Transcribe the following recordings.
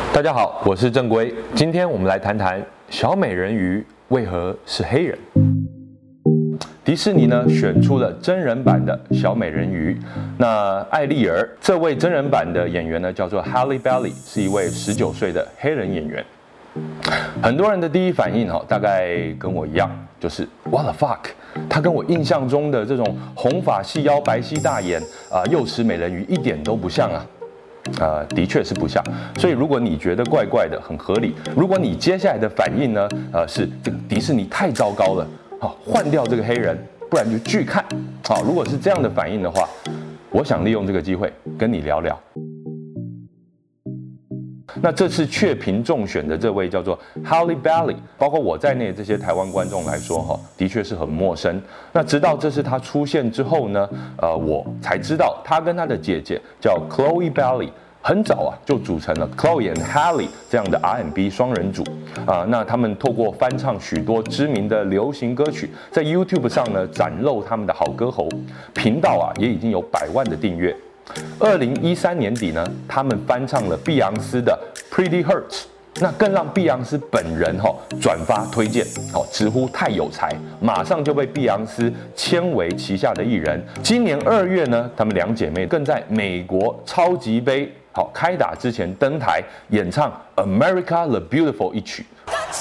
大家好，我是正规。今天我们来谈谈小美人鱼为何是黑人。迪士尼呢选出了真人版的小美人鱼。那艾丽儿这位真人版的演员呢叫做 Halle Bailey， 是一位19岁的黑人演员。很多人的第一反应大概跟我一样，就是 What the fuck， 她跟我印象中的这种红发细腰、白皙大眼幼齿美人鱼一点都不像啊。的确是不像，所以如果你觉得怪怪的，很合理。如果你接下来的反应呢，是这个迪士尼太糟糕了，换掉这个黑人，不然就拒看。如果是这样的反应的话，我想利用这个机会跟你聊聊。那这次确评中选的这位叫做 Halle Bailey， 包括我在内的这些台湾观众来说，的确是很陌生。那直到这次他出现之后呢，我才知道他跟他的姐姐叫 Chloe Bailey， 很早就组成了 Chloe and Halle 这样的 R&B 双人组那他们透过翻唱许多知名的流行歌曲，在 YouTube 上呢展露他们的好歌喉，频道也已经有100万的订阅。2013年底呢，他们翻唱了碧昂斯的 Pretty Hurts， 那更让碧昂斯本人转发推荐，直呼太有才，马上就被碧昂斯签为旗下的艺人。今年2月呢，他们两姐妹更在美国超级杯开打之前登台演唱 America the Beautiful 一曲。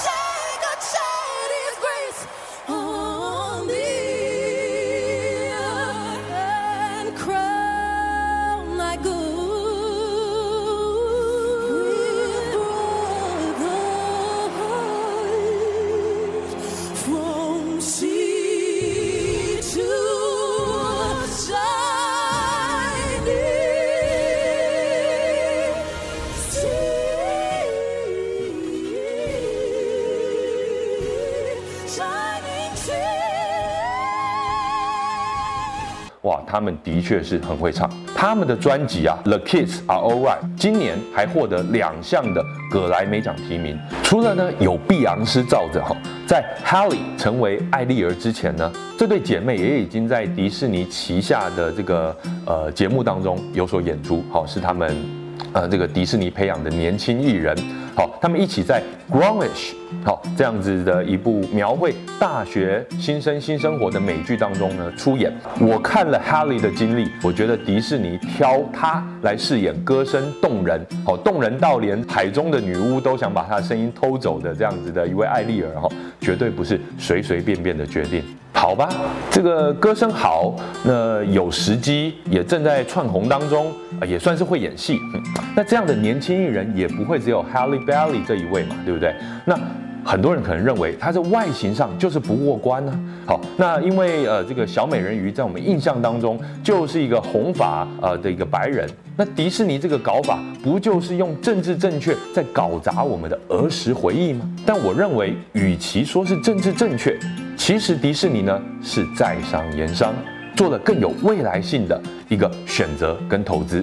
哇，他们的确是很会唱。他们的专辑The Kids Are Alright， 今年还获得2项的葛莱美奖提名。除了呢有碧昂斯罩着在 Halle 成为艾丽儿之前呢，这对姐妹也已经在迪士尼旗下的这个节目当中有所演出。是他们这个迪士尼培养的年轻艺人。他们一起在 Grownish 这样子的一部描绘大学新生新生活的美剧当中呢出演。我看了 Halle 的经历，我觉得迪士尼挑她来饰演歌声动人，动人到连海中的女巫都想把她的声音偷走的这样子的一位艾丽儿，绝对不是随随便便的决定。好吧，这个歌声好，那有时机，也正在窜红当中，也算是会演戏。那这样的年轻艺人也不会只有 Halle Bailey 这一位嘛，对不对？那很多人可能认为她在外形上就是不过关呢。好，那因为这个小美人鱼在我们印象当中就是一个红发的一个白人，那迪士尼这个搞法不就是用政治正确在搞砸我们的儿时回忆吗？但我认为，与其说是政治正确，其实迪士尼呢是在商言商，做了更有未来性的一个选择跟投资。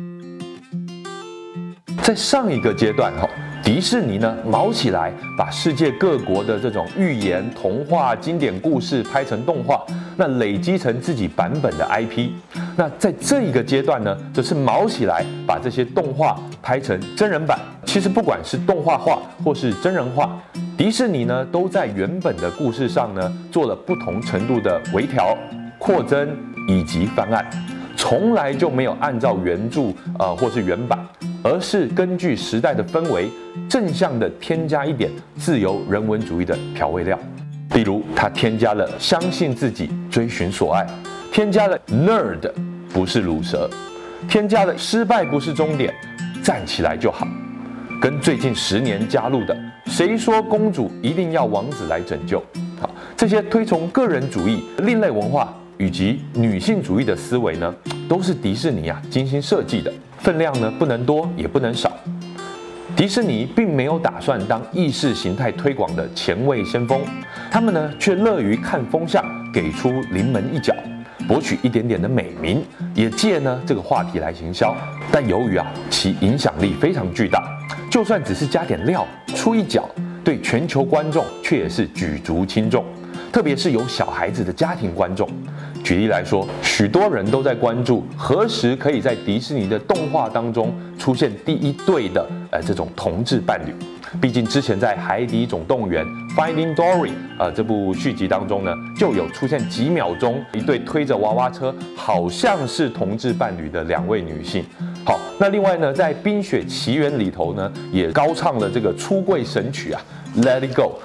在上一个阶段迪士尼呢毛起来，把世界各国的这种寓言、童话、经典故事拍成动画，那累积成自己版本的 IP。那在这一个阶段呢，则是毛起来，把这些动画拍成真人版。其实不管是动画化或是真人化，迪士尼呢都在原本的故事上呢做了不同程度的微调、扩增以及翻案，从来就没有按照原著或是原版，而是根据时代的氛围，正向的添加一点自由人文主义的调味料。例如，他添加了相信自己，追寻所爱，添加了 nerd 不是鲁蛇，添加了失败不是终点，站起来就好。跟最近10年加入的谁说公主一定要王子来拯救，这些推崇个人主义、另类文化以及女性主义的思维呢，都是迪士尼精心设计的，分量呢不能多也不能少。迪士尼并没有打算当意识形态推广的前卫先锋，他们呢却乐于看风向，给出临门一脚，博取一点点的美名，也借呢这个话题来行销。但由于其影响力非常巨大，就算只是加点料出一脚，对全球观众却也是举足轻重，特别是有小孩子的家庭观众。举例来说，许多人都在关注何时可以在迪士尼的动画当中出现第一对的这种同志伴侣。毕竟之前在《海底总动员》Finding Dory 这部续集当中呢，就有出现几秒钟一对推着娃娃车，好像是同志伴侣的2位女性。好，那另外呢，在《冰雪奇缘》里头呢，也高唱了这个出柜神曲啊，Let It Go。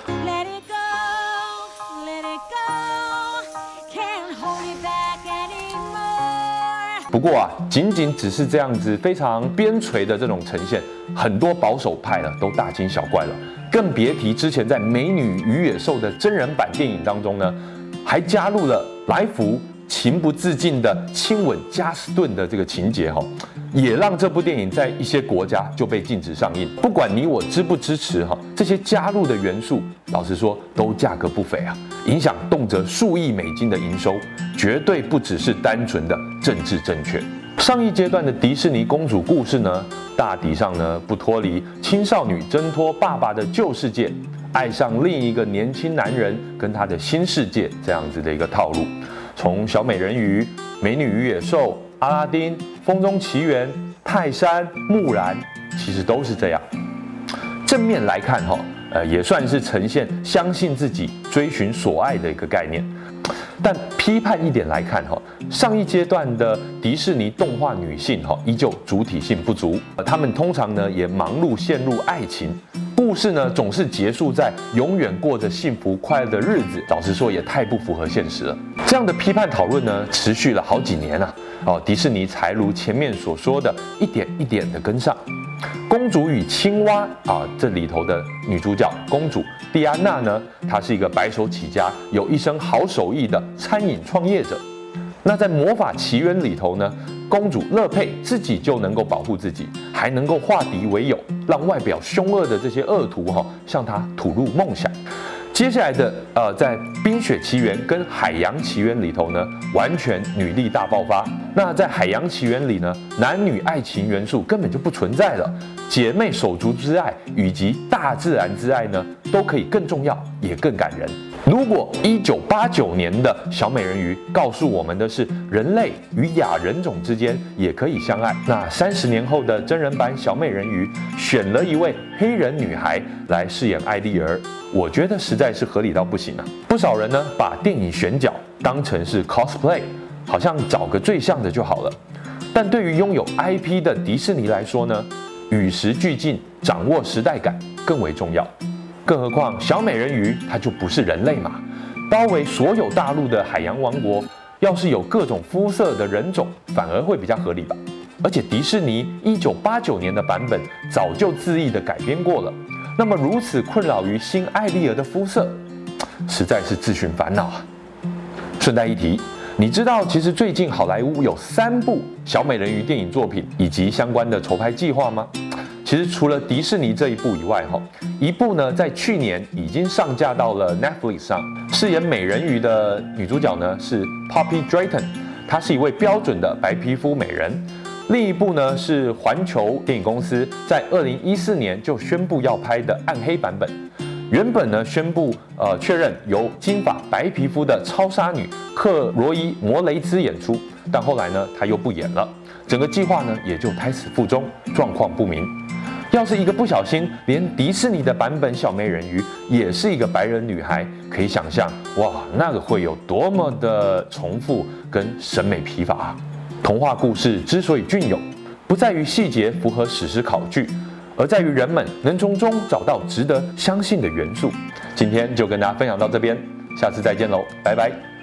不过啊，仅只是这样子非常边陲的这种呈现，很多保守派呢都大惊小怪了，更别提之前在《美女与野兽》的真人版电影当中呢，还加入了来福情不自禁的亲吻加斯顿的这个情节也让这部电影在一些国家就被禁止上映。不管你我支不支持这些加入的元素，老实说都价格不菲啊，影响动辄数亿美金的营收，绝对不只是单纯的政治正确。上一阶段的迪士尼公主故事呢，大抵上呢不脱离青少女挣脱爸爸的旧世界，爱上另一个年轻男人跟他的新世界这样子的一个套路。从小美人鱼、美女与野兽、阿拉丁、风中奇缘、泰山、木兰，其实都是这样。正面来看也算是呈现相信自己、追寻所爱的一个概念。但批判一点来看上一阶段的迪士尼动画女性依旧主体性不足，她们通常呢也忙碌陷入爱情，故事呢总是结束在永远过着幸福快乐的日子，老实说也太不符合现实了。这样的批判讨论呢持续了好几年迪士尼才如前面所说的一点一点的跟上。公主与青蛙这里头的女主角公主蒂安娜呢，她是一个白手起家、有一身好手艺的餐饮创业者。那在魔法奇缘里头呢，公主乐佩自己就能够保护自己，还能够化敌为友，让外表凶恶的这些恶徒向她吐露梦想。接下来的在《冰雪奇缘》跟《海洋奇缘》里头呢，完全女力大爆发。那在《海洋奇缘》里呢，男女爱情元素根本就不存在了，姐妹手足之爱以及大自然之爱呢，都可以更重要，也更感人。如果1989年的小美人鱼告诉我们的是人类与亚人种之间也可以相爱，那30年后的真人版小美人鱼选了一位黑人女孩来饰演艾丽儿，我觉得实在是合理到不行啊！不少人呢把电影选角当成是 cosplay， 好像找个最像的就好了。但对于拥有 IP 的迪士尼来说呢，与时俱进，掌握时代感更为重要。更何况小美人鱼它就不是人类嘛，包围所有大陆的海洋王国，要是有各种肤色的人种，反而会比较合理吧。而且迪士尼1989年的版本早就恣意的改编过了，那么如此困扰于新艾丽儿的肤色，实在是自寻烦恼啊。顺带一提，你知道其实最近好莱坞有3部小美人鱼电影作品以及相关的筹拍计划吗？其实除了迪士尼这一部以外一部呢在去年已经上架到了 Netflix 上，饰演美人鱼的女主角呢是 Poppy Drayton， 她是一位标准的白皮肤美人。另一部呢是环球电影公司在2014年就宣布要拍的暗黑版本，原本呢宣布确认由金发白皮肤的超杀女克罗伊·摩雷兹演出，但后来呢她又不演了，整个计划呢也就胎死腹中，状况不明。要是一个不小心，连迪士尼的版本小美人鱼也是一个白人女孩，可以想象，哇，那个会有多么的重复跟审美疲乏啊！童话故事之所以隽永，不在于细节符合史实考据，而在于人们能从中找到值得相信的元素。今天就跟大家分享到这边，下次再见喽，拜拜。